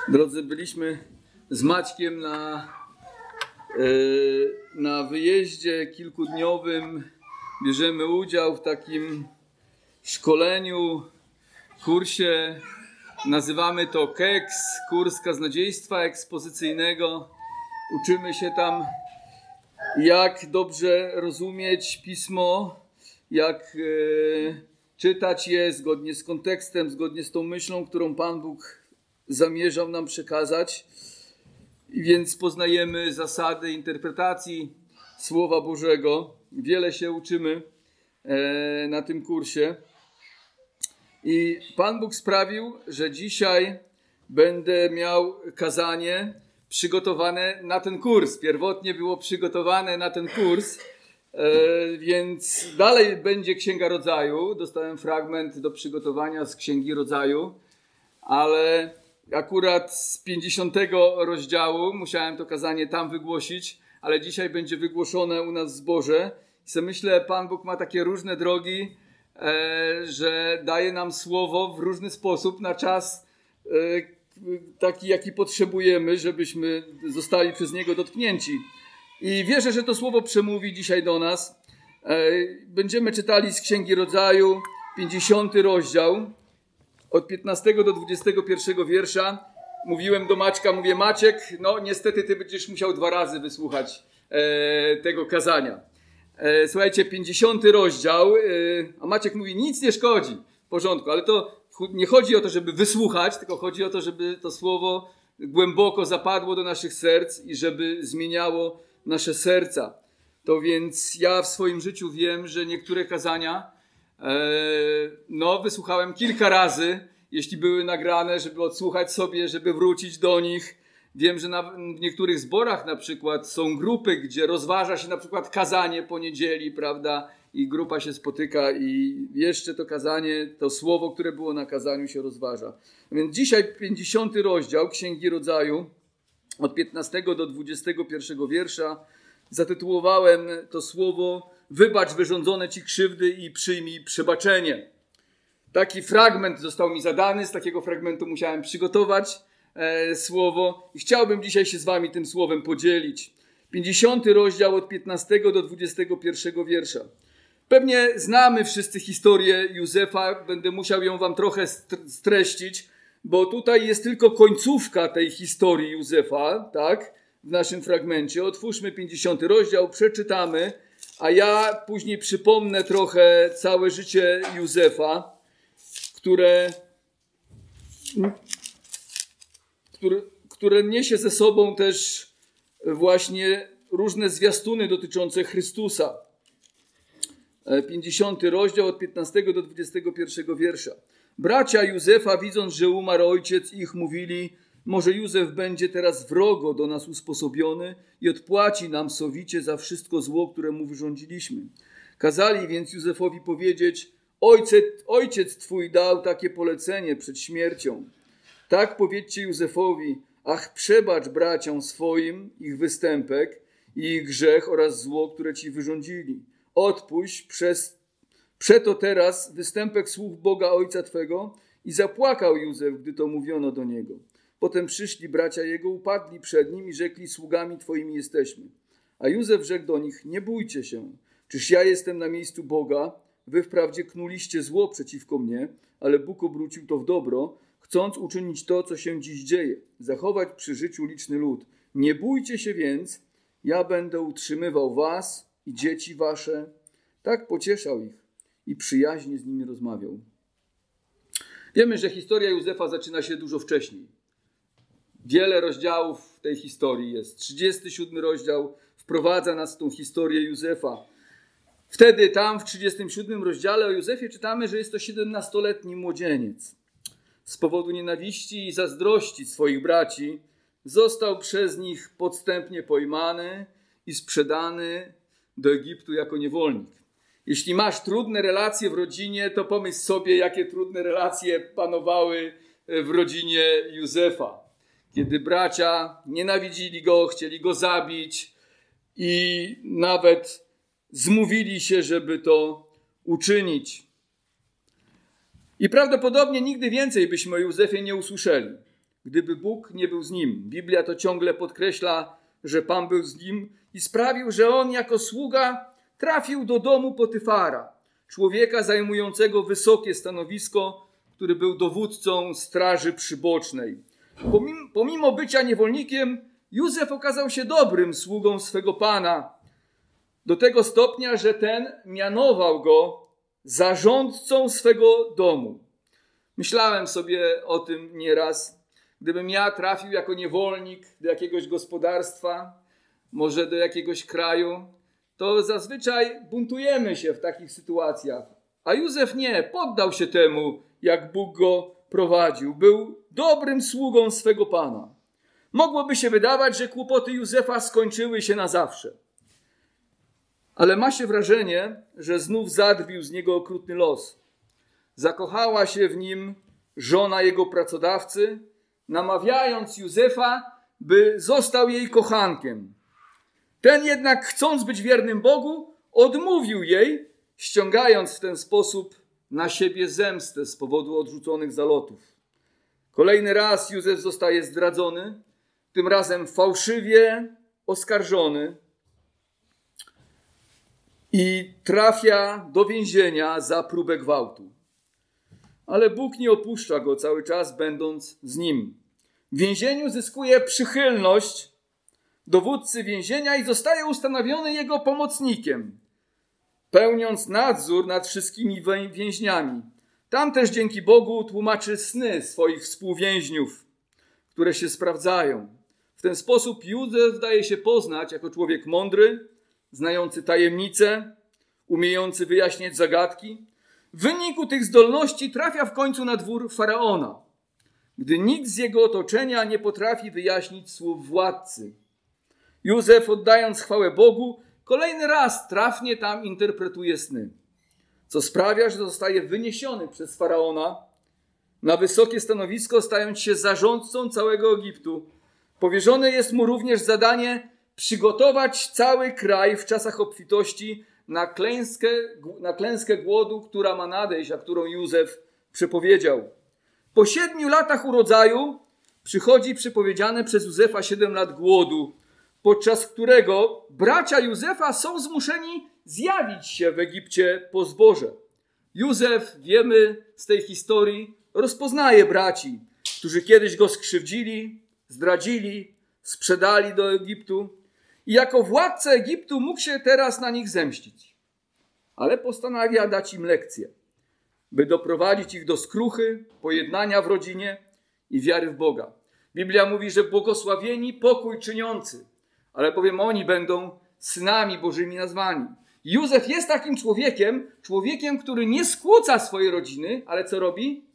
Drodzy, byliśmy z Maćkiem na wyjeździe kilkudniowym. Bierzemy udział w takim szkoleniu, kursie. Nazywamy to KEKS, kurs kaznodziejstwa ekspozycyjnego. Uczymy się tam, jak dobrze rozumieć Pismo, jak czytać je zgodnie z kontekstem, zgodnie z tą myślą, którą Pan Bóg zamierzał nam przekazać. I więc poznajemy zasady interpretacji Słowa Bożego. Wiele się uczymy na tym kursie. I Pan Bóg sprawił, że dzisiaj będę miał kazanie przygotowane na ten kurs. Pierwotnie było przygotowane na ten kurs, więc dalej będzie Księga Rodzaju. Dostałem fragment do przygotowania z Księgi Rodzaju, ale akurat z 50 rozdziału musiałem to kazanie tam wygłosić, ale dzisiaj będzie wygłoszone u nas w zborze. I sobie myślę, Pan Bóg ma takie różne drogi, że daje nam słowo w różny sposób na czas taki, jaki potrzebujemy, żebyśmy zostali przez Niego dotknięci. I wierzę, że to słowo przemówi dzisiaj do nas. Będziemy czytali z Księgi Rodzaju 50 rozdział od 15 do 21 wiersza. Mówiłem do Maćka, mówię: Maciek, no niestety ty będziesz musiał 2 razy wysłuchać tego kazania. Słuchajcie, 50 rozdział, a Maciek mówi: nic nie szkodzi, w porządku, ale to nie chodzi o to, żeby wysłuchać, tylko chodzi o to, żeby to słowo głęboko zapadło do naszych serc i żeby zmieniało nasze serca. To więc ja w swoim życiu wiem, że niektóre kazania wysłuchałem kilka razy, jeśli były nagrane, żeby odsłuchać sobie, żeby wrócić do nich. Wiem, że w niektórych zborach na przykład są grupy, gdzie rozważa się na przykład kazanie po niedzieli, prawda? I grupa się spotyka i jeszcze to kazanie, to słowo, które było na kazaniu, się rozważa. Więc dzisiaj 50 rozdział Księgi Rodzaju od 15 do 21 wiersza zatytułowałem to słowo: wybacz wyrządzone ci krzywdy i przyjmij przebaczenie. Taki fragment został mi zadany, z takiego fragmentu musiałem przygotować słowo i chciałbym dzisiaj się z wami tym słowem podzielić. 50 rozdział od 15 do 21 wiersza. Pewnie znamy wszyscy historię Józefa, będę musiał ją wam trochę streścić, bo tutaj jest tylko końcówka tej historii Józefa, tak? W naszym fragmencie. Otwórzmy 50 rozdział, przeczytamy, a ja później przypomnę trochę całe życie Józefa, które niesie ze sobą też właśnie różne zwiastuny dotyczące Chrystusa. 50 rozdział od 15 do 21 wiersza. Bracia Józefa, widząc, że umarł ojciec ich, mówili: może Józef będzie teraz wrogo do nas usposobiony i odpłaci nam sowicie za wszystko zło, które mu wyrządziliśmy. Kazali więc Józefowi powiedzieć: ojciec twój dał takie polecenie przed śmiercią. Tak powiedzcie Józefowi: ach, przebacz braciom swoim ich występek i ich grzech oraz zło, które ci wyrządzili. Odpuść przeto teraz występek słów Boga Ojca twego. I zapłakał Józef, gdy to mówiono do niego. Potem przyszli bracia jego, upadli przed nim i rzekli: sługami twoimi jesteśmy. A Józef rzekł do nich: nie bójcie się, czyż ja jestem na miejscu Boga? Wy wprawdzie knuliście zło przeciwko mnie, ale Bóg obrócił to w dobro, chcąc uczynić to, co się dziś dzieje, zachować przy życiu liczny lud. Nie bójcie się więc, ja będę utrzymywał was i dzieci wasze. Tak pocieszał ich i przyjaźnie z nimi rozmawiał. Wiemy, że historia Józefa zaczyna się dużo wcześniej. Wiele rozdziałów w tej historii jest. 37 rozdział wprowadza nas w tą historię Józefa. Wtedy tam w 37 rozdziale o Józefie czytamy, że jest to 17-letni młodzieniec. Z powodu nienawiści i zazdrości swoich braci został przez nich podstępnie pojmany i sprzedany do Egiptu jako niewolnik. Jeśli masz trudne relacje w rodzinie, to pomyśl sobie, jakie trudne relacje panowały w rodzinie Józefa. Kiedy bracia nienawidzili go, chcieli go zabić i nawet zmówili się, żeby to uczynić. I prawdopodobnie nigdy więcej byśmy o Józefie nie usłyszeli. gdyby Bóg nie był z nim. Biblia to ciągle podkreśla, że Pan był z nim i sprawił, że on jako sługa trafił do domu Potyfara, człowieka zajmującego wysokie stanowisko, który był dowódcą straży przybocznej. Pomimo bycia niewolnikiem, Józef okazał się dobrym sługą swego Pana, do tego stopnia, że ten mianował go zarządcą swego domu. Myślałem sobie o tym nieraz. Gdybym ja trafił jako niewolnik do jakiegoś gospodarstwa, może do jakiegoś kraju, to zazwyczaj buntujemy się w takich sytuacjach. A Józef nie, poddał się temu, jak Bóg go prowadził. Był dobrym sługą swego Pana. Mogłoby się wydawać, że kłopoty Józefa skończyły się na zawsze. Ale ma się wrażenie, że znów zadrwił z niego okrutny los. Zakochała się w nim żona jego pracodawcy, namawiając Józefa, by został jej kochankiem. Ten jednak, chcąc być wiernym Bogu, odmówił jej, ściągając w ten sposób na siebie zemstę z powodu odrzuconych zalotów. Kolejny raz Józef zostaje zdradzony, tym razem fałszywie oskarżony i trafia do więzienia za próbę gwałtu. Ale Bóg nie opuszcza go cały czas, będąc z nim. W więzieniu zyskuje przychylność dowódcy więzienia i zostaje ustanowiony jego pomocnikiem, pełniąc nadzór nad wszystkimi więźniami. Tam też dzięki Bogu tłumaczy sny swoich współwięźniów, które się sprawdzają. W ten sposób Józef daje się poznać jako człowiek mądry, znający tajemnice, umiejący wyjaśniać zagadki. W wyniku tych zdolności trafia w końcu na dwór faraona, gdy nikt z jego otoczenia nie potrafi wyjaśnić słów władcy. Józef, oddając chwałę Bogu, kolejny raz trafnie tam interpretuje sny, co sprawia, że zostaje wyniesiony przez faraona na wysokie stanowisko, stając się zarządcą całego Egiptu. Powierzone jest mu również zadanie przygotować cały kraj w czasach obfitości na klęskę głodu, która ma nadejść, a którą Józef przepowiedział. Po 7 latach urodzaju przychodzi przepowiedziane przez Józefa 7 lat głodu, podczas którego bracia Józefa są zmuszeni zjawić się w Egipcie po zboże. Józef, wiemy z tej historii, rozpoznaje braci, którzy kiedyś go skrzywdzili, zdradzili, sprzedali do Egiptu i jako władca Egiptu mógł się teraz na nich zemścić. Ale postanawia dać im lekcję, by doprowadzić ich do skruchy, pojednania w rodzinie i wiary w Boga. Biblia mówi, że błogosławieni pokój czyniący, ale bowiem oni będą synami Bożymi nazwani. Józef jest takim człowiekiem, który nie skłóca swojej rodziny, ale co robi?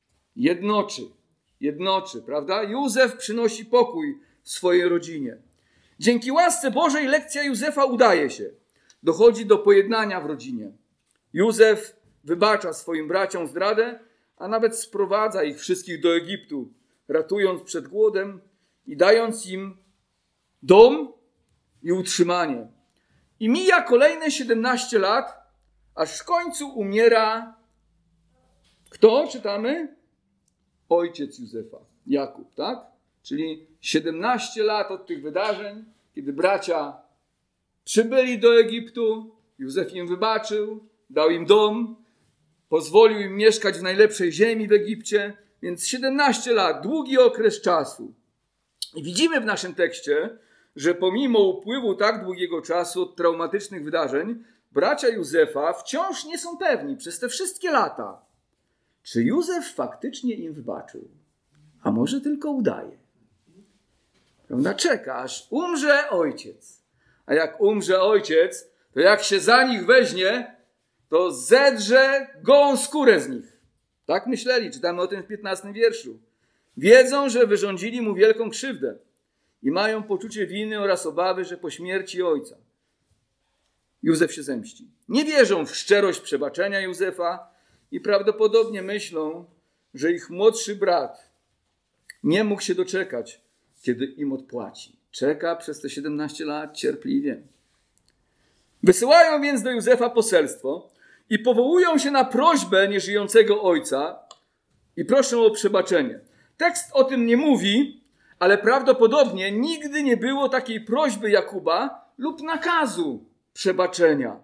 Jednoczy, prawda? Józef przynosi pokój swojej rodzinie. Dzięki łasce Bożej lekcja Józefa udaje się. Dochodzi do pojednania w rodzinie. Józef wybacza swoim braciom zdradę, a nawet sprowadza ich wszystkich do Egiptu, ratując przed głodem i dając im dom i utrzymanie. I mija kolejne 17 lat, aż w końcu umiera kto? Czytamy? Ojciec Józefa, Jakub, tak? Czyli 17 lat od tych wydarzeń, kiedy bracia przybyli do Egiptu, Józef im wybaczył, dał im dom, pozwolił im mieszkać w najlepszej ziemi w Egipcie, więc 17 lat, długi okres czasu. I widzimy w naszym tekście, że pomimo upływu tak długiego czasu od traumatycznych wydarzeń, bracia Józefa wciąż nie są pewni przez te wszystkie lata, czy Józef faktycznie im wybaczył, a może tylko udaje. Prawda? Czeka, aż umrze ojciec. A jak umrze ojciec, to jak się za nich weźmie, to zedrze gołą skórę z nich. Tak myśleli, czytamy o tym w 15 wierszu. Wiedzą, że wyrządzili mu wielką krzywdę i mają poczucie winy oraz obawy, że po śmierci ojca Józef się zemści. Nie wierzą w szczerość przebaczenia Józefa i prawdopodobnie myślą, że ich młodszy brat nie mógł się doczekać, kiedy im odpłaci. Czeka przez te 17 lat cierpliwie. Wysyłają więc do Józefa poselstwo i powołują się na prośbę nieżyjącego ojca i proszą o przebaczenie. Tekst o tym nie mówi, ale prawdopodobnie nigdy nie było takiej prośby Jakuba lub nakazu przebaczenia.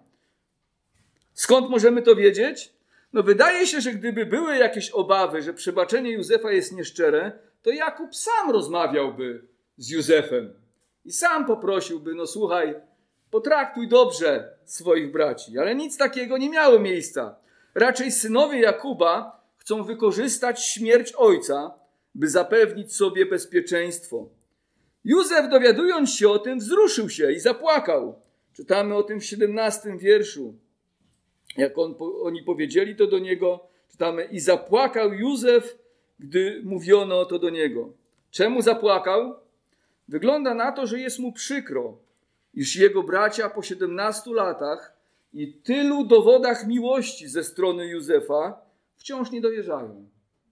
Skąd możemy to wiedzieć? No wydaje się, że gdyby były jakieś obawy, że przebaczenie Józefa jest nieszczere, to Jakub sam rozmawiałby z Józefem i sam poprosiłby, no słuchaj, potraktuj dobrze swoich braci. Ale nic takiego nie miało miejsca. Raczej synowie Jakuba chcą wykorzystać śmierć ojca, by zapewnić sobie bezpieczeństwo. Józef, dowiadując się o tym, wzruszył się i zapłakał. Czytamy o tym w 17 wierszu. Jak oni powiedzieli to do niego, czytamy: i zapłakał Józef, gdy mówiono to do niego. Czemu zapłakał? Wygląda na to, że jest mu przykro, iż jego bracia po 17 latach i tylu dowodach miłości ze strony Józefa wciąż nie dowierzają.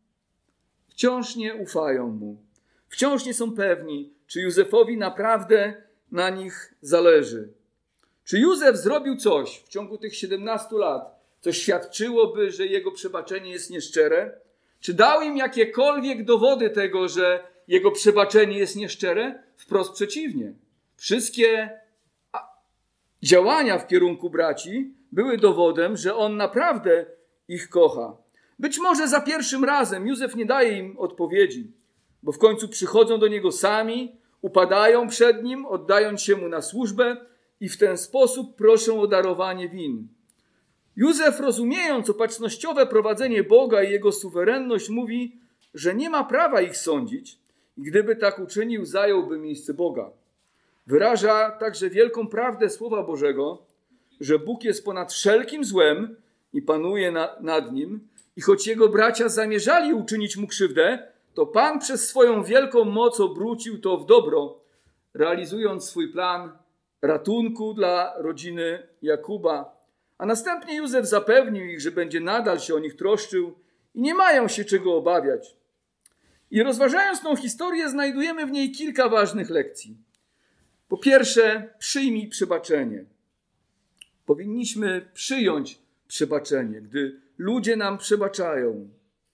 Wciąż nie ufają mu. Wciąż nie są pewni, czy Józefowi naprawdę na nich zależy. Czy Józef zrobił coś w ciągu tych 17 lat, co świadczyłoby, że jego przebaczenie jest nieszczere? Czy dał im jakiekolwiek dowody tego, że jego przebaczenie jest nieszczere? Wprost przeciwnie. Wszystkie działania w kierunku braci były dowodem, że on naprawdę ich kocha. Być może za pierwszym razem Józef nie daje im odpowiedzi, bo w końcu przychodzą do niego sami, upadają przed nim, oddając się mu na służbę i w ten sposób proszą o darowanie win. Józef, rozumiejąc opatrznościowe prowadzenie Boga i jego suwerenność, mówi, że nie ma prawa ich sądzić i gdyby tak uczynił, zająłby miejsce Boga. Wyraża także wielką prawdę Słowa Bożego, że Bóg jest ponad wszelkim złem i panuje nad nim i choć jego bracia zamierzali uczynić mu krzywdę, to Pan przez swoją wielką moc obrócił to w dobro, realizując swój plan ratunku dla rodziny Jakuba. A następnie Józef zapewnił ich, że będzie nadal się o nich troszczył i nie mają się czego obawiać. I rozważając tą historię, znajdujemy w niej kilka ważnych lekcji. Po pierwsze, przyjmij przebaczenie. Powinniśmy przyjąć przebaczenie, gdy ludzie nam przebaczają.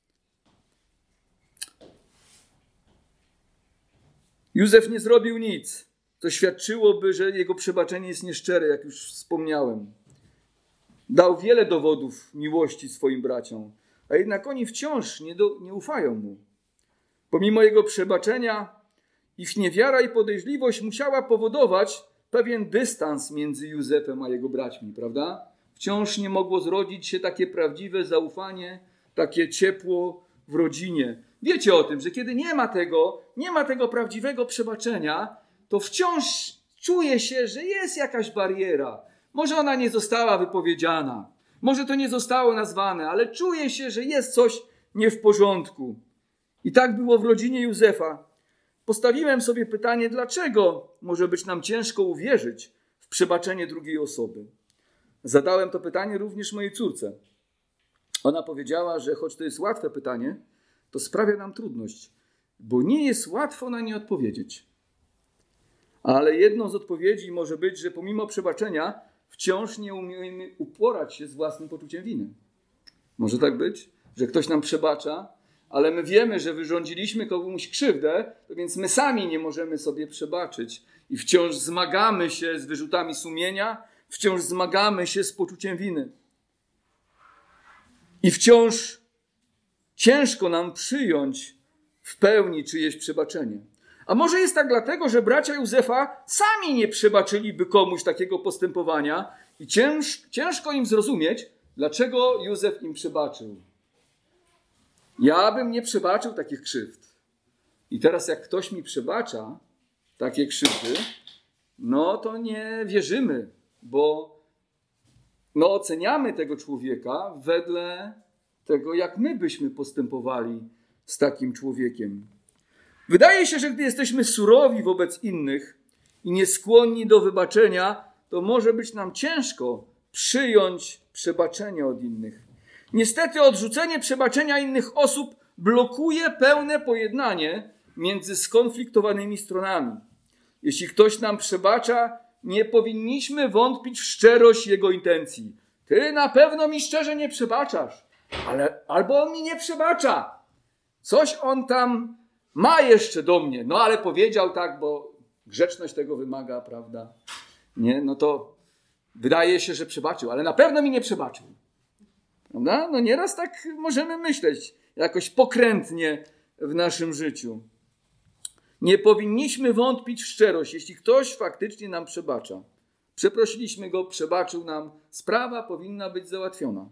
Józef nie zrobił nic, co świadczyłoby, że jego przebaczenie jest nieszczere, jak już wspomniałem. Dał wiele dowodów miłości swoim braciom, a jednak oni wciąż nie ufają mu. Pomimo jego przebaczenia, ich niewiara i podejrzliwość musiała powodować pewien dystans między Józefem a jego braćmi, prawda? Wciąż nie mogło zrodzić się takie prawdziwe zaufanie, takie ciepło w rodzinie. Wiecie o tym, że kiedy nie ma tego prawdziwego przebaczenia, to wciąż czuje się, że jest jakaś bariera. Może ona nie została wypowiedziana, może to nie zostało nazwane, ale czuje się, że jest coś nie w porządku. I tak było w rodzinie Józefa. Postawiłem sobie pytanie, dlaczego może być nam ciężko uwierzyć w przebaczenie drugiej osoby. Zadałem to pytanie również mojej córce. Ona powiedziała, że choć to jest łatwe pytanie, to sprawia nam trudność, bo nie jest łatwo na nie odpowiedzieć. Ale jedną z odpowiedzi może być, że pomimo przebaczenia wciąż nie umiemy uporać się z własnym poczuciem winy. Może tak być, że ktoś nam przebacza, ale my wiemy, że wyrządziliśmy komuś krzywdę, to więc my sami nie możemy sobie przebaczyć i wciąż zmagamy się z wyrzutami sumienia, wciąż zmagamy się z poczuciem winy. I wciąż ciężko nam przyjąć w pełni czyjeś przebaczenie. A może jest tak dlatego, że bracia Józefa sami nie przebaczyliby komuś takiego postępowania i ciężko im zrozumieć, dlaczego Józef im przebaczył. Ja bym nie przebaczył takich krzywd. I teraz jak ktoś mi przebacza takie krzywdy, no to nie wierzymy, bo oceniamy tego człowieka wedle tego, jak my byśmy postępowali z takim człowiekiem. Wydaje się, że gdy jesteśmy surowi wobec innych i nieskłonni do wybaczenia, to może być nam ciężko przyjąć przebaczenie od innych. Niestety odrzucenie przebaczenia innych osób blokuje pełne pojednanie między skonfliktowanymi stronami. Jeśli ktoś nam przebacza, nie powinniśmy wątpić w szczerość jego intencji. Ty na pewno mi szczerze nie przebaczasz, albo on mi nie przebacza. Coś on tam ma jeszcze do mnie, no ale powiedział tak, bo grzeczność tego wymaga, prawda? Nie, no to wydaje się, że przebaczył, ale na pewno mi nie przebaczył. Prawda? No nieraz tak możemy myśleć, jakoś pokrętnie w naszym życiu. Nie powinniśmy wątpić w szczerość, jeśli ktoś faktycznie nam przebacza. Przeprosiliśmy go, przebaczył nam, sprawa powinna być załatwiona.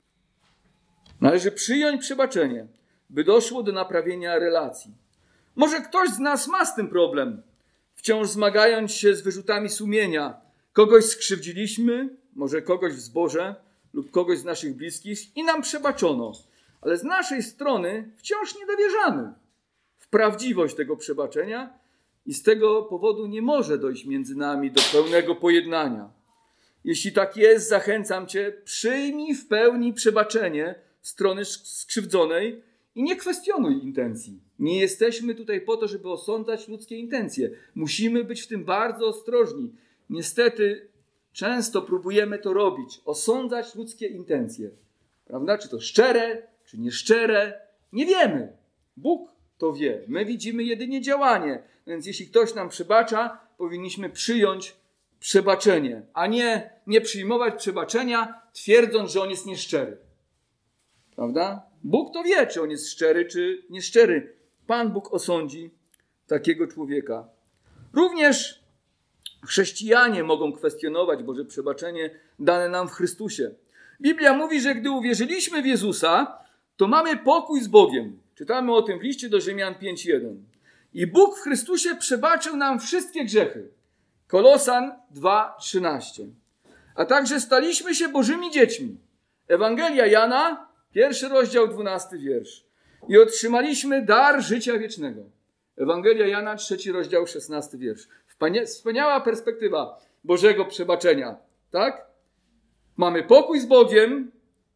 Należy przyjąć przebaczenie, by doszło do naprawienia relacji. Może ktoś z nas ma z tym problem, wciąż zmagając się z wyrzutami sumienia. Kogoś skrzywdziliśmy, może kogoś w zborze lub kogoś z naszych bliskich i nam przebaczono, ale z naszej strony wciąż nie dowierzamy w prawdziwość tego przebaczenia i z tego powodu nie może dojść między nami do pełnego pojednania. Jeśli tak jest, zachęcam cię, przyjmij w pełni przebaczenie strony skrzywdzonej i nie kwestionuj intencji. Nie jesteśmy tutaj po to, żeby osądzać ludzkie intencje. Musimy być w tym bardzo ostrożni. Niestety często próbujemy to robić, osądzać ludzkie intencje. Prawda? Czy to szczere, czy nieszczere? Nie wiemy. Bóg to wie. My widzimy jedynie działanie. Więc jeśli ktoś nam przebacza, powinniśmy przyjąć przebaczenie, a nie przyjmować przebaczenia, twierdząc, że on jest nieszczery. Prawda? Bóg to wie, czy on jest szczery, czy nieszczery. Pan Bóg osądzi takiego człowieka. Również chrześcijanie mogą kwestionować Boże przebaczenie dane nam w Chrystusie. Biblia mówi, że gdy uwierzyliśmy w Jezusa, to mamy pokój z Bogiem. Czytamy o tym w liście do Rzymian 5:1. I Bóg w Chrystusie przebaczył nam wszystkie grzechy. Kolosan 2:13. A także staliśmy się Bożymi dziećmi. Ewangelia Jana, 1 rozdział, 12 wiersz. I otrzymaliśmy dar życia wiecznego. Ewangelia Jana, 3 rozdział, 16 wiersz. Wspaniała perspektywa Bożego przebaczenia. Tak? Mamy pokój z Bogiem.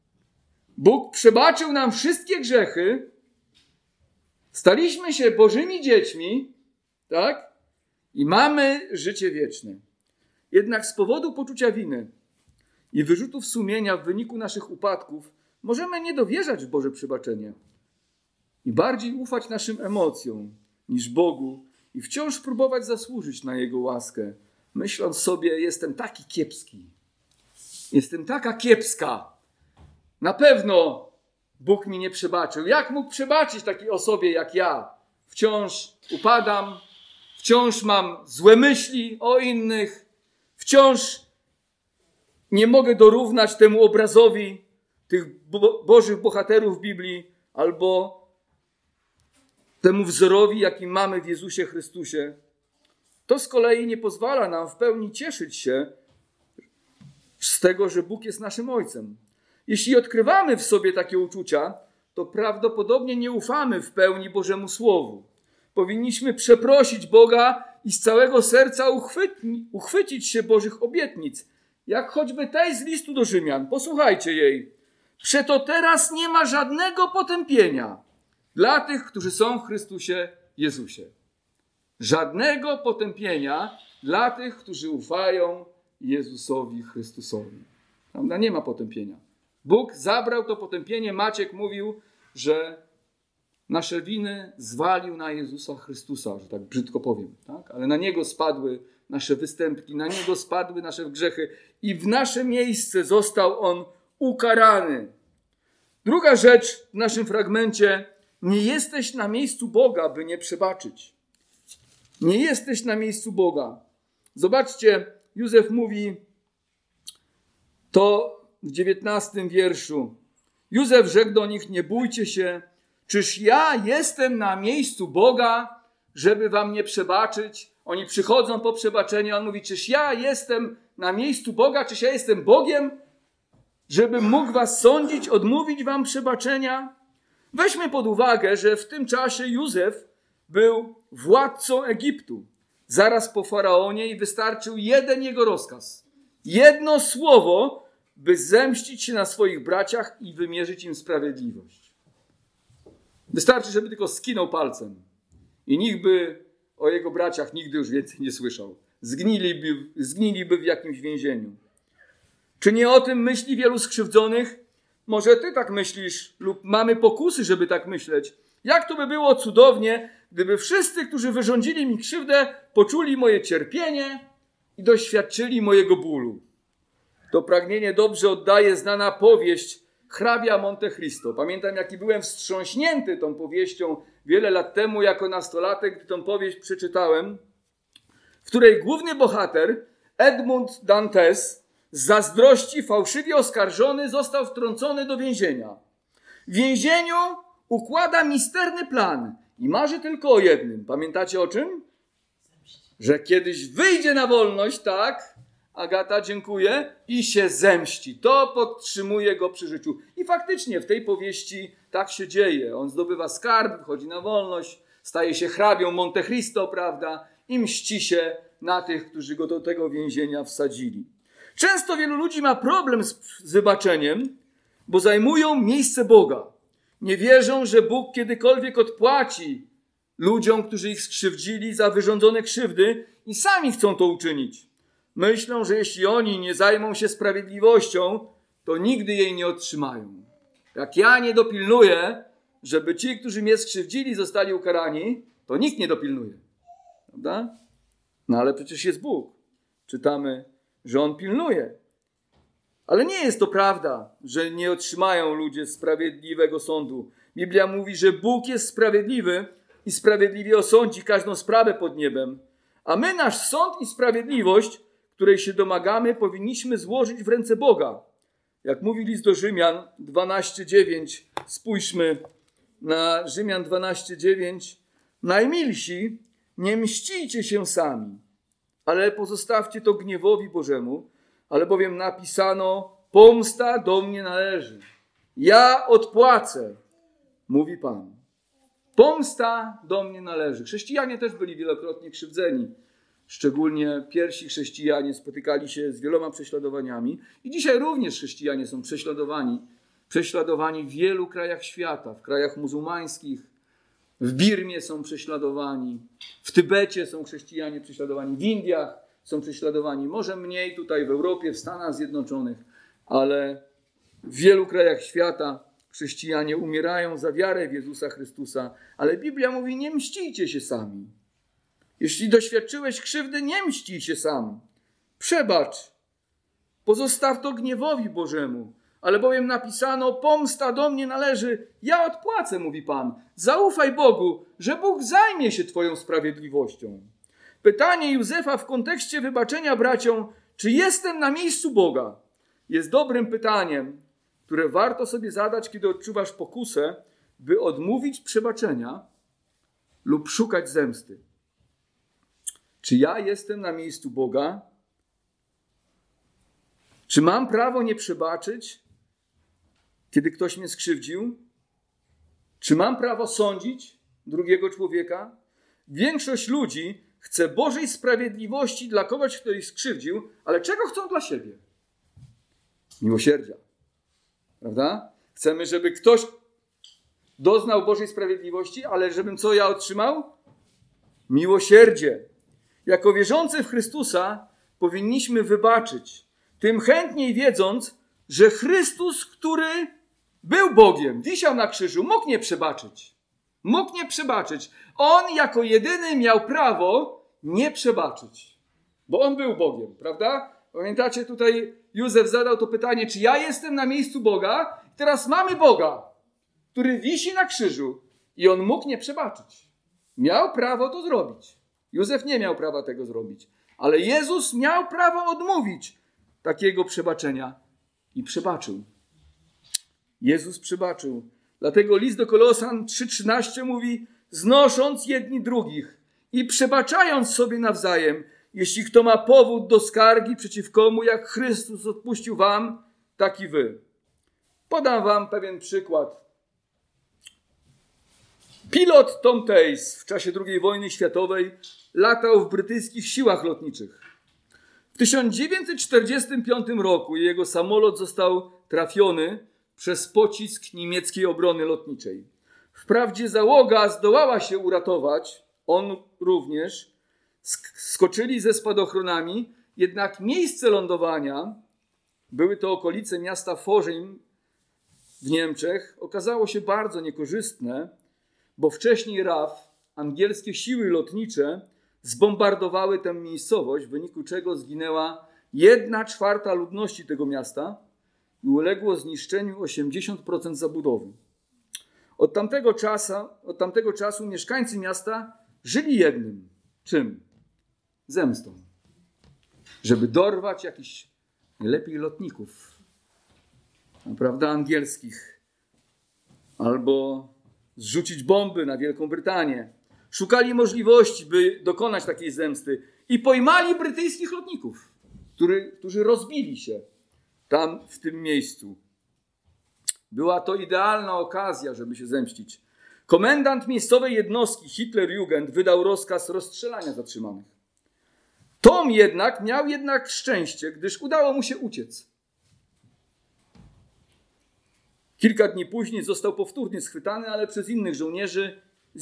Bóg przebaczył nam wszystkie grzechy. Staliśmy się Bożymi dziećmi. Tak? I mamy życie wieczne. Jednak z powodu poczucia winy i wyrzutów sumienia w wyniku naszych upadków możemy nie dowierzać w Boże przebaczenie i bardziej ufać naszym emocjom niż Bogu i wciąż próbować zasłużyć na Jego łaskę, myśląc sobie, jestem taki kiepski, jestem taka kiepska, na pewno Bóg mi nie przebaczył. Jak mógł przebaczyć takiej osobie jak ja? Wciąż upadam, wciąż mam złe myśli o innych, wciąż nie mogę dorównać temu obrazowi tych Bożych bohaterów Biblii albo temu wzorowi, jaki mamy w Jezusie Chrystusie. To z kolei nie pozwala nam w pełni cieszyć się z tego, że Bóg jest naszym Ojcem. Jeśli odkrywamy w sobie takie uczucia, to prawdopodobnie nie ufamy w pełni Bożemu Słowu. Powinniśmy przeprosić Boga i z całego serca uchwycić się Bożych obietnic, jak choćby tej z listu do Rzymian. Posłuchajcie jej. Przeto teraz nie ma żadnego potępienia dla tych, którzy są w Chrystusie Jezusie. Żadnego potępienia dla tych, którzy ufają Jezusowi Chrystusowi. Prawda? Nie ma potępienia. Bóg zabrał to potępienie. Maciek mówił, że nasze winy zwalił na Jezusa Chrystusa, że tak brzydko powiem. Tak? Ale na Niego spadły nasze występki, na Niego spadły nasze grzechy i w nasze miejsce został On ukarany. Druga rzecz w naszym fragmencie. Nie jesteś na miejscu Boga, by nie przebaczyć. Nie jesteś na miejscu Boga. Zobaczcie, Józef mówi to w 19 wierszu. Józef rzekł do nich, nie bójcie się, czyż ja jestem na miejscu Boga, żeby wam nie przebaczyć? Oni przychodzą po przebaczenie, on mówi, czyż ja jestem na miejscu Boga, czyż ja jestem Bogiem, żebym mógł was sądzić, odmówić wam przebaczenia? Weźmy pod uwagę, że w tym czasie Józef był władcą Egiptu, zaraz po faraonie i wystarczył jeden jego rozkaz. Jedno słowo, by zemścić się na swoich braciach i wymierzyć im sprawiedliwość. Wystarczy, żeby tylko skinął palcem i nikt by o jego braciach nigdy już więcej nie słyszał. Zgniliby w jakimś więzieniu. Czy nie o tym myśli wielu skrzywdzonych? Może ty tak myślisz lub mamy pokusy, żeby tak myśleć. Jak to by było cudownie, gdyby wszyscy, którzy wyrządzili mi krzywdę, poczuli moje cierpienie i doświadczyli mojego bólu. To pragnienie dobrze oddaje znana powieść Hrabia Monte Cristo. Pamiętam, jaki byłem wstrząśnięty tą powieścią wiele lat temu jako nastolatek, gdy tą powieść przeczytałem, w której główny bohater, Edmund Dantes, z zazdrości fałszywie oskarżony, został wtrącony do więzienia. W więzieniu układa misterny plan i marzy tylko o jednym. Pamiętacie o czym? Że kiedyś wyjdzie na wolność, tak? Agata, dziękuję. I się zemści. To podtrzymuje go przy życiu. I faktycznie w tej powieści tak się dzieje. On zdobywa skarb, wychodzi na wolność, staje się hrabią Monte Cristo, prawda? I mści się na tych, którzy go do tego więzienia wsadzili. Często wielu ludzi ma problem z wybaczeniem, bo zajmują miejsce Boga. Nie wierzą, że Bóg kiedykolwiek odpłaci ludziom, którzy ich skrzywdzili, za wyrządzone krzywdy i sami chcą to uczynić. Myślą, że jeśli oni nie zajmą się sprawiedliwością, to nigdy jej nie otrzymają. Jak ja nie dopilnuję, żeby ci, którzy mnie skrzywdzili, zostali ukarani, to nikt nie dopilnuje. Prawda? No ale przecież jest Bóg. Czytamy, że On pilnuje. Ale nie jest to prawda, że nie otrzymają ludzie sprawiedliwego sądu. Biblia mówi, że Bóg jest sprawiedliwy i sprawiedliwie osądzi każdą sprawę pod niebem. A my nasz sąd i sprawiedliwość, której się domagamy, powinniśmy złożyć w ręce Boga. Jak mówi list do Rzymian 12:9, spójrzmy na Rzymian 12:9. Najmilsi, nie mścijcie się sami, ale pozostawcie to gniewowi Bożemu, albowiem napisano, pomsta do mnie należy. Ja odpłacę, mówi Pan. Pomsta do mnie należy. Chrześcijanie też byli wielokrotnie krzywdzeni. Szczególnie pierwsi chrześcijanie spotykali się z wieloma prześladowaniami. I dzisiaj również chrześcijanie są prześladowani w wielu krajach świata, w krajach muzułmańskich, w Birmie są prześladowani, w Tybecie są chrześcijanie prześladowani, w Indiach są prześladowani, może mniej tutaj w Europie, w Stanach Zjednoczonych, ale w wielu krajach świata chrześcijanie umierają za wiarę w Jezusa Chrystusa. Ale Biblia mówi, nie mścijcie się sami. Jeśli doświadczyłeś krzywdy, nie mścij się sam. Przebacz. Pozostaw to gniewowi Bożemu. Albowiem napisano, pomsta do mnie należy, ja odpłacę, mówi Pan. Zaufaj Bogu, że Bóg zajmie się twoją sprawiedliwością. Pytanie Józefa w kontekście wybaczenia braciom, czy jestem na miejscu Boga, jest dobrym pytaniem, które warto sobie zadać, kiedy odczuwasz pokusę, by odmówić przebaczenia lub szukać zemsty. Czy ja jestem na miejscu Boga? Czy mam prawo nie przebaczyć, kiedy ktoś mnie skrzywdził? Czy mam prawo sądzić drugiego człowieka? Większość ludzi chce Bożej sprawiedliwości dla kogoś, kto ich skrzywdził, ale czego chcą dla siebie? Miłosierdzia. Prawda? Chcemy, żeby ktoś doznał Bożej sprawiedliwości, ale żebym co ja otrzymał? Miłosierdzie. Jako wierzący w Chrystusa powinniśmy wybaczyć. Tym chętniej wiedząc, że Chrystus, który był Bogiem, wisiał na krzyżu, mógł nie przebaczyć. Mógł nie przebaczyć. On jako jedyny miał prawo nie przebaczyć. Bo on był Bogiem, prawda? Pamiętacie, tutaj Józef zadał to pytanie, czy ja jestem na miejscu Boga? I teraz mamy Boga, który wisi na krzyżu i on mógł nie przebaczyć. Miał prawo to zrobić. Józef nie miał prawa tego zrobić. Ale Jezus miał prawo odmówić takiego przebaczenia i przebaczył. Jezus przebaczył. Dlatego list do Kolosan 3:13 mówi, znosząc jedni drugich i przebaczając sobie nawzajem, jeśli kto ma powód do skargi przeciw komu, jak Chrystus odpuścił wam, tak i wy. Podam wam pewien przykład. Pilot Tom Tace w czasie II wojny światowej latał w brytyjskich siłach lotniczych. W 1945 roku jego samolot został trafiony przez pocisk niemieckiej obrony lotniczej. Wprawdzie załoga zdołała się uratować, on również, skoczyli ze spadochronami, jednak miejsce lądowania, były to okolice miasta Forzym w Niemczech, okazało się bardzo niekorzystne, bo wcześniej RAF, angielskie siły lotnicze, zbombardowały tę miejscowość, w wyniku czego zginęła 1/4 ludności tego miasta i uległo zniszczeniu 80% zabudowy. Od tamtego czasu mieszkańcy miasta żyli jednym. Czym? Zemstą. Żeby dorwać jakichś najlepiej lotników, prawda, angielskich, albo zrzucić bomby na Wielką Brytanię. Szukali możliwości, by dokonać takiej zemsty i pojmali brytyjskich lotników, którzy rozbili się tam w tym miejscu. Była to idealna okazja, żeby się zemścić. Komendant miejscowej jednostki Hitlerjugend wydał rozkaz rozstrzelania zatrzymanych. Tom jednak miał szczęście, gdyż udało mu się uciec. Kilka dni później został powtórnie schwytany, ale przez innych żołnierzy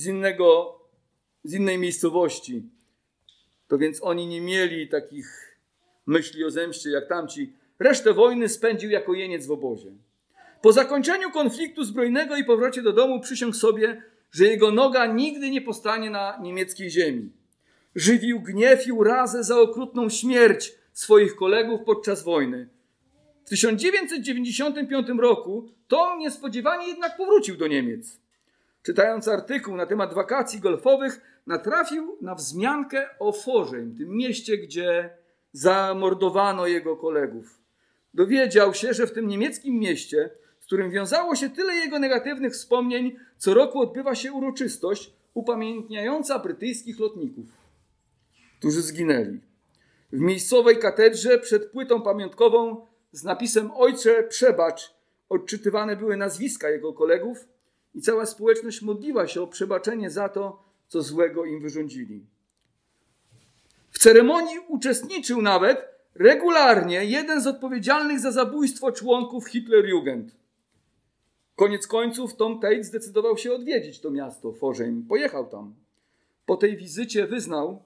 z innej miejscowości. To więc oni nie mieli takich myśli o zemście jak tamci. Resztę wojny spędził jako jeniec w obozie. Po zakończeniu konfliktu zbrojnego i powrocie do domu przysiągł sobie, że jego noga nigdy nie postanie na niemieckiej ziemi. Żywił gniew i urazę za okrutną śmierć swoich kolegów podczas wojny. W 1995 roku Tom niespodziewanie jednak powrócił do Niemiec. Czytając artykuł na temat wakacji golfowych, natrafił na wzmiankę o Pforzheim, tym mieście, gdzie zamordowano jego kolegów. Dowiedział się, że w tym niemieckim mieście, z którym wiązało się tyle jego negatywnych wspomnień, co roku odbywa się uroczystość upamiętniająca brytyjskich lotników, którzy zginęli. W miejscowej katedrze przed płytą pamiątkową z napisem „Ojcze, przebacz” odczytywane były nazwiska jego kolegów i cała społeczność modliła się o przebaczenie za to, co złego im wyrządzili. W ceremonii uczestniczył nawet regularnie jeden z odpowiedzialnych za zabójstwo członków Hitlerjugend. Koniec końców Tom Tate zdecydował się odwiedzić to miasto, Pforzheim. Pojechał tam. Po tej wizycie wyznał,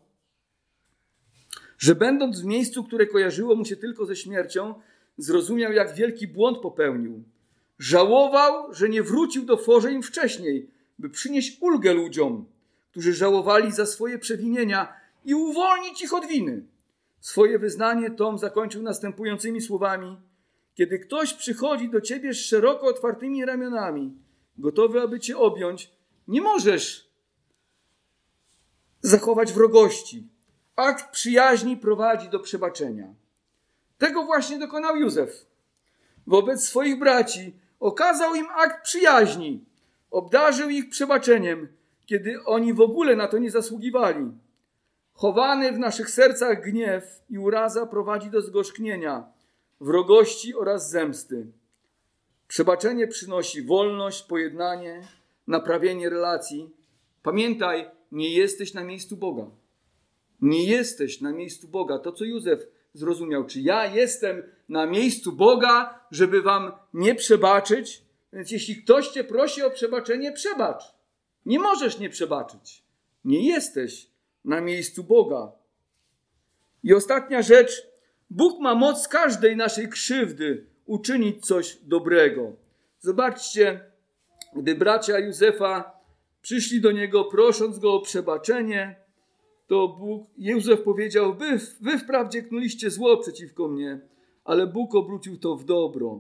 że będąc w miejscu, które kojarzyło mu się tylko ze śmiercią, zrozumiał, jak wielki błąd popełnił. Żałował, że nie wrócił do Pforzheim wcześniej, by przynieść ulgę ludziom, którzy żałowali za swoje przewinienia i uwolnić ich od winy. Swoje wyznanie Tom zakończył następującymi słowami: kiedy ktoś przychodzi do ciebie z szeroko otwartymi ramionami, gotowy, aby cię objąć, nie możesz zachować wrogości. Akt przyjaźni prowadzi do przebaczenia. Tego właśnie dokonał Józef. Wobec swoich braci okazał im akt przyjaźni. Obdarzył ich przebaczeniem, kiedy oni w ogóle na to nie zasługiwali. Chowany w naszych sercach gniew i uraza prowadzi do zgorzknienia, wrogości oraz zemsty. Przebaczenie przynosi wolność, pojednanie, naprawienie relacji. Pamiętaj, nie jesteś na miejscu Boga. Nie jesteś na miejscu Boga. To, co Józef zrozumiał. Czy ja jestem na miejscu Boga, żeby wam nie przebaczyć? Więc jeśli ktoś cię prosi o przebaczenie, przebacz. Nie możesz nie przebaczyć. Nie jesteś na miejscu Boga. I ostatnia rzecz. Bóg ma moc z każdej naszej krzywdy uczynić coś dobrego. Zobaczcie, gdy bracia Józefa przyszli do niego, prosząc go o przebaczenie, to Józef powiedział: wy wprawdzie knuliście zło przeciwko mnie, ale Bóg obrócił to w dobro.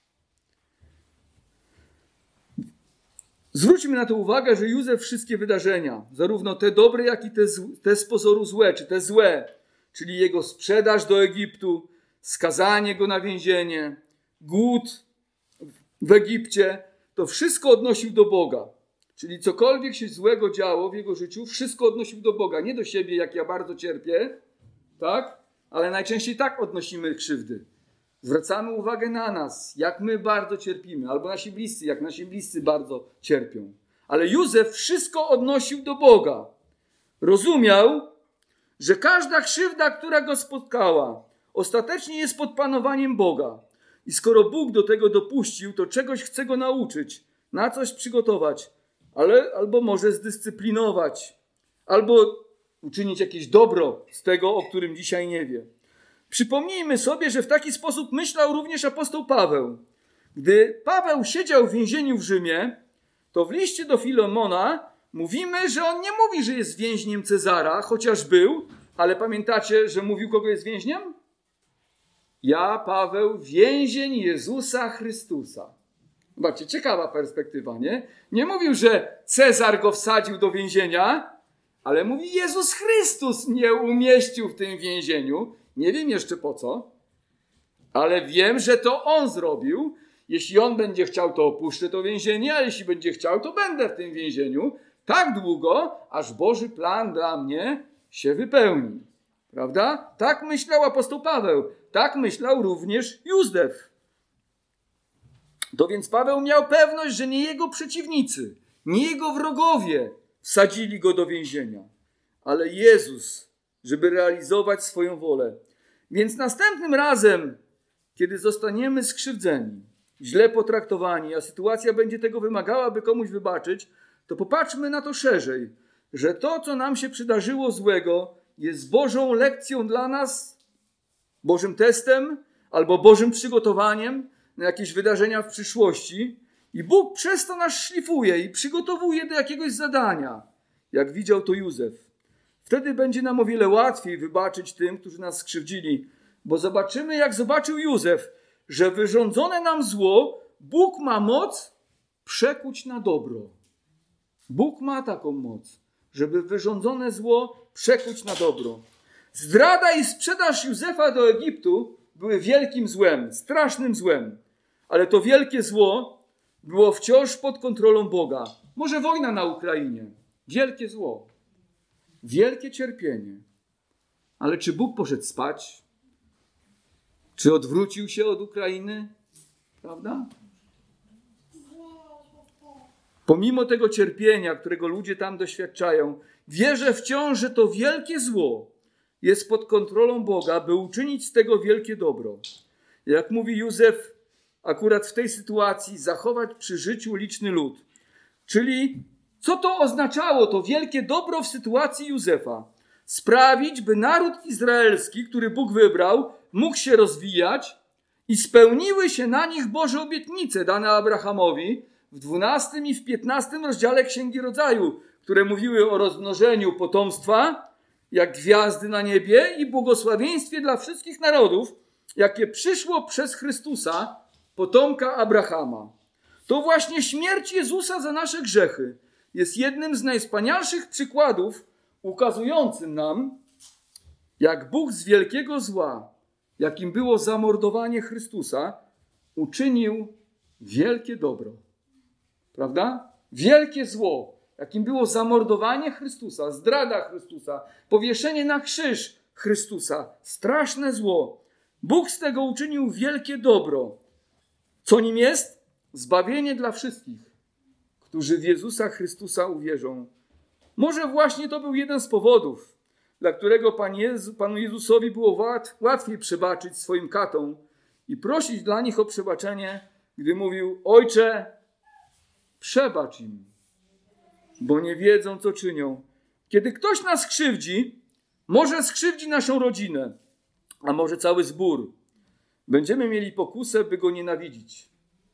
Zwróćmy na to uwagę, że Józef wszystkie wydarzenia, zarówno te dobre, jak i te z pozoru złe, czy te złe, czyli jego sprzedaż do Egiptu, skazanie go na więzienie, głód w Egipcie, to wszystko odnosił do Boga. Czyli cokolwiek się złego działo w jego życiu, wszystko odnosił do Boga. Nie do siebie, jak ja bardzo cierpię, tak? Ale najczęściej tak odnosimy krzywdy. Zwracamy uwagę na nas, jak my bardzo cierpimy, albo nasi bliscy, jak nasi bliscy bardzo cierpią. Ale Józef wszystko odnosił do Boga. Rozumiał, że każda krzywda, która go spotkała, ostatecznie jest pod panowaniem Boga. I skoro Bóg do tego dopuścił, to czegoś chce go nauczyć, na coś przygotować, albo może zdyscyplinować, albo uczynić jakieś dobro z tego, o którym dzisiaj nie wie. Przypomnijmy sobie, że w taki sposób myślał również apostoł Paweł. Gdy Paweł siedział w więzieniu w Rzymie, to w liście do Filemona mówimy, że on nie mówi, że jest więźniem Cezara, chociaż był, ale pamiętacie, że mówił, kogo jest więźniem? Ja, Paweł, więzień Jezusa Chrystusa. Zobaczcie, ciekawa perspektywa, nie? Nie mówił, że Cezar go wsadził do więzienia, ale mówi, Jezus Chrystus mnie umieścił w tym więzieniu. Nie wiem jeszcze po co, ale wiem, że to on zrobił. Jeśli on będzie chciał, to opuszczę to więzienie, a jeśli będzie chciał, to będę w tym więzieniu tak długo, aż Boży plan dla mnie się wypełni. Prawda? Tak myślał apostoł Paweł. Tak myślał również Józef. To więc Paweł miał pewność, że nie jego przeciwnicy, nie jego wrogowie wsadzili go do więzienia, ale Jezus, żeby realizować swoją wolę. Więc następnym razem, kiedy zostaniemy skrzywdzeni, źle potraktowani, a sytuacja będzie tego wymagała, by komuś wybaczyć, to popatrzmy na to szerzej, że to, co nam się przydarzyło złego, jest Bożą lekcją dla nas, Bożym testem albo Bożym przygotowaniem na jakieś wydarzenia w przyszłości i Bóg przez to nas szlifuje i przygotowuje do jakiegoś zadania, jak widział to Józef. Wtedy będzie nam o wiele łatwiej wybaczyć tym, którzy nas skrzywdzili, bo zobaczymy, jak zobaczył Józef, że wyrządzone nam zło Bóg ma moc przekuć na dobro. Bóg ma taką moc, żeby wyrządzone zło przekuć na dobro. Zdrada i sprzedaż Józefa do Egiptu były wielkim złem, strasznym złem. Ale to wielkie zło było wciąż pod kontrolą Boga. Może wojna na Ukrainie. Wielkie zło. Wielkie cierpienie. Ale czy Bóg poszedł spać? Czy odwrócił się od Ukrainy? Prawda? Pomimo tego cierpienia, którego ludzie tam doświadczają, wierzę wciąż, że to wielkie zło jest pod kontrolą Boga, by uczynić z tego wielkie dobro. Jak mówi Józef, akurat w tej sytuacji zachować przy życiu liczny lud. Czyli co to oznaczało, to wielkie dobro w sytuacji Józefa? Sprawić, by naród izraelski, który Bóg wybrał, mógł się rozwijać i spełniły się na nich Boże obietnice dane Abrahamowi w 12 i w 15 rozdziale Księgi Rodzaju, które mówiły o rozmnożeniu potomstwa, jak gwiazdy na niebie i błogosławieństwie dla wszystkich narodów, jakie przyszło przez Chrystusa, potomka Abrahama. To właśnie śmierć Jezusa za nasze grzechy jest jednym z najwspanialszych przykładów ukazującym nam, jak Bóg z wielkiego zła, jakim było zamordowanie Chrystusa, uczynił wielkie dobro. Prawda? Wielkie zło, jakim było zamordowanie Chrystusa, zdrada Chrystusa, powieszenie na krzyż Chrystusa, straszne zło. Bóg z tego uczynił wielkie dobro. Co nim jest? Zbawienie dla wszystkich, którzy w Jezusa Chrystusa uwierzą. Może właśnie to był jeden z powodów, dla którego Panu Jezusowi było łatwiej przebaczyć swoim katom i prosić dla nich o przebaczenie, gdy mówił: Ojcze, przebacz im, bo nie wiedzą, co czynią. Kiedy ktoś nas skrzywdzi, może skrzywdzi naszą rodzinę, a może cały zbór. Będziemy mieli pokusę, by go nienawidzić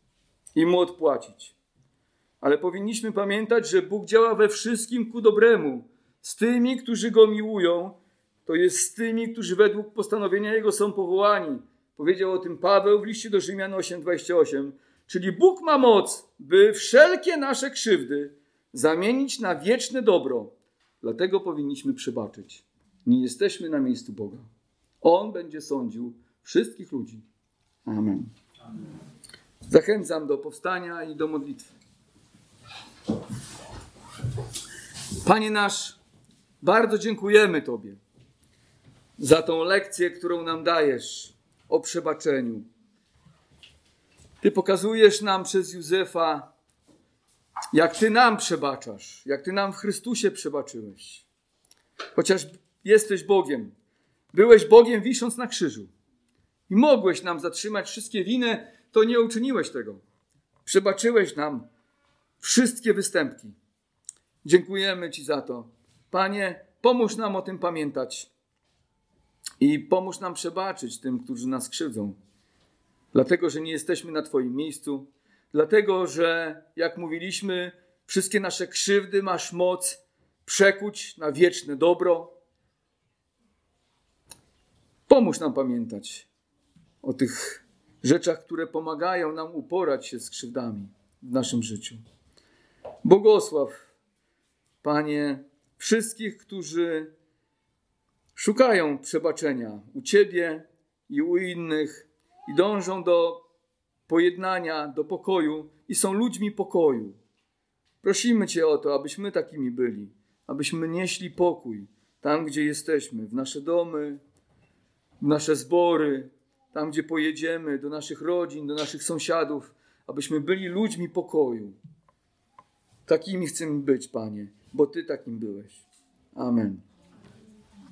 i mu odpłacić. Ale powinniśmy pamiętać, że Bóg działa we wszystkim ku dobremu. Z tymi, którzy Go miłują, to jest z tymi, którzy według postanowienia Jego są powołani. Powiedział o tym Paweł w liście do Rzymian 8:28. Czyli Bóg ma moc, by wszelkie nasze krzywdy zamienić na wieczne dobro. Dlatego powinniśmy przebaczyć. Nie jesteśmy na miejscu Boga. On będzie sądził wszystkich ludzi. Amen. Zachęcam do powstania i do modlitwy. Panie nasz, bardzo dziękujemy Tobie za tą lekcję, którą nam dajesz o przebaczeniu. Ty pokazujesz nam przez Józefa, jak Ty nam przebaczasz, jak Ty nam w Chrystusie przebaczyłeś. Chociaż jesteś Bogiem, byłeś Bogiem wisząc na krzyżu i mogłeś nam zatrzymać wszystkie winy, to nie uczyniłeś tego. Przebaczyłeś nam wszystkie występki. Dziękujemy Ci za to. Panie, pomóż nam o tym pamiętać i pomóż nam przebaczyć tym, którzy nas krzywdzą. Dlatego, że nie jesteśmy na Twoim miejscu. Dlatego, że jak mówiliśmy, Wszystkie nasze krzywdy masz moc przekuć na wieczne dobro. Pomóż nam pamiętać o tych rzeczach, które pomagają nam uporać się z krzywdami w naszym życiu. Błogosław, Panie, wszystkich, którzy szukają przebaczenia u Ciebie i u innych i dążą do pojednania, do pokoju i są ludźmi pokoju. Prosimy Cię o to, abyśmy takimi byli, abyśmy nieśli pokój tam, gdzie jesteśmy, w nasze domy, w nasze zbory, tam, gdzie pojedziemy, do naszych rodzin, do naszych sąsiadów, abyśmy byli ludźmi pokoju. Takimi chcemy być, Panie, bo Ty takim byłeś. Amen.